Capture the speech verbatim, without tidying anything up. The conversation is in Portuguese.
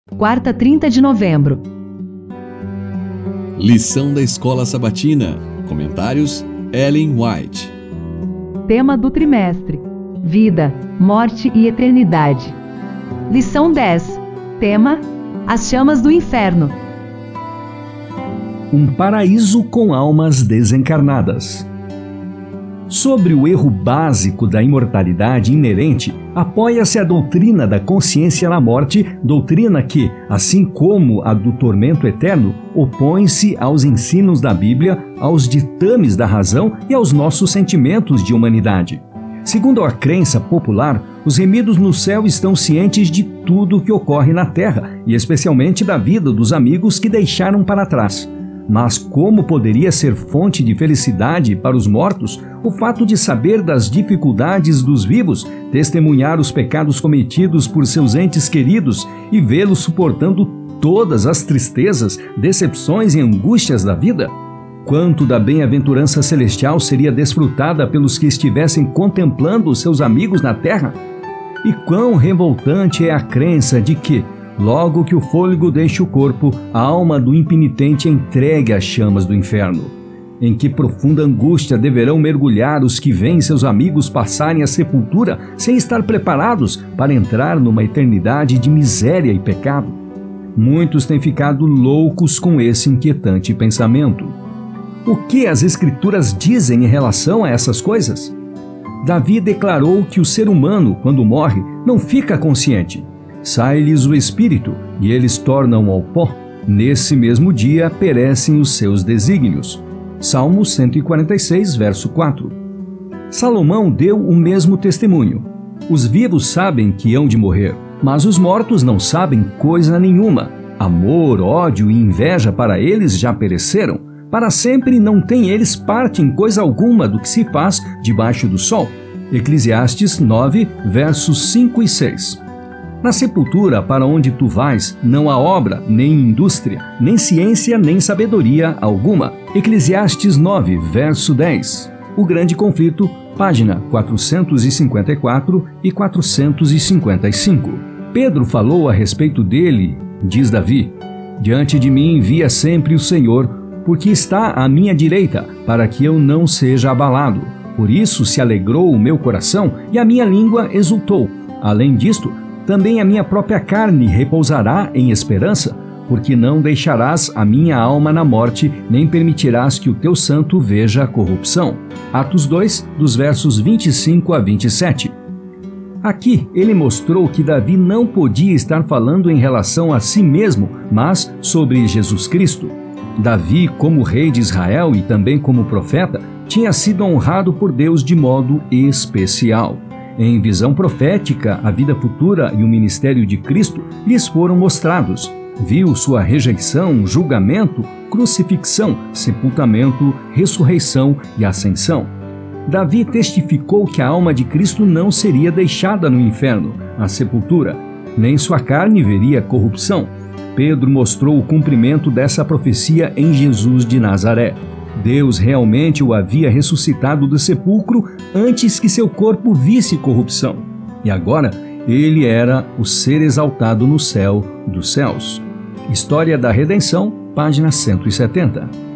Quarta, trinta de novembro. Lição da Escola Sabatina. Comentários: Ellen White. Tema do trimestre: Vida, Morte e Eternidade. Lição dez. Tema: As chamas do inferno. Um paraíso com almas desencarnadas. Sobre o erro básico da imortalidade inerente, apoia-se a doutrina da consciência na morte, doutrina que, assim como a do tormento eterno, opõe-se aos ensinos da Bíblia, aos ditames da razão e aos nossos sentimentos de humanidade. Segundo a crença popular, os remidos no céu estão cientes de tudo o que ocorre na terra, e especialmente da vida dos amigos que deixaram para trás. Mas como poderia ser fonte de felicidade para os mortos o fato de saber das dificuldades dos vivos, testemunhar os pecados cometidos por seus entes queridos e vê-los suportando todas as tristezas, decepções e angústias da vida? Quanto da bem-aventurança celestial seria desfrutada pelos que estivessem contemplando os seus amigos na terra? E quão revoltante é a crença de que, logo que o fôlego deixe o corpo, a alma do impenitente é entregue às chamas do inferno. Em que profunda angústia deverão mergulhar os que veem seus amigos passarem a sepultura sem estar preparados para entrar numa eternidade de miséria e pecado? Muitos têm ficado loucos com esse inquietante pensamento. O que as Escrituras dizem em relação a essas coisas? Davi declarou que o ser humano, quando morre, não fica consciente. Sai-lhes o espírito, e eles tornam ao pó. Nesse mesmo dia perecem os seus desígnios. Salmo cento e quarenta e seis, verso quatro. Salomão deu o mesmo testemunho. Os vivos sabem que hão de morrer, mas os mortos não sabem coisa nenhuma. Amor, ódio e inveja para eles já pereceram. Para sempre não têm eles parte em coisa alguma do que se faz debaixo do sol. Eclesiastes nove, versos cinco e seis. Na sepultura para onde tu vais, não há obra, nem indústria, nem ciência, nem sabedoria alguma. Eclesiastes nove, verso dez. O Grande Conflito, página quatrocentos e cinquenta e quatro e quatrocentos e cinquenta e cinco. Pedro falou a respeito dele, diz Davi: Diante de mim via sempre o Senhor, porque está à minha direita, para que eu não seja abalado. Por isso se alegrou o meu coração e a minha língua exultou. Além disto, também a minha própria carne repousará em esperança, porque não deixarás a minha alma na morte, nem permitirás que o teu santo veja a corrupção. Atos dois, dos versos vinte e cinco a vinte e sete. Aqui ele mostrou que Davi não podia estar falando em relação a si mesmo, mas sobre Jesus Cristo. Davi, como rei de Israel e também como profeta, tinha sido honrado por Deus de modo especial. Em visão profética, a vida futura e o ministério de Cristo lhes foram mostrados. Viu sua rejeição, julgamento, crucifixão, sepultamento, ressurreição e ascensão. Davi testificou que a alma de Cristo não seria deixada no inferno, a sepultura, nem sua carne veria corrupção. Pedro mostrou o cumprimento dessa profecia em Jesus de Nazaré. Deus realmente o havia ressuscitado do sepulcro antes que seu corpo visse corrupção. E agora, ele era o ser exaltado no céu dos céus. História da Redenção, página cento e setenta.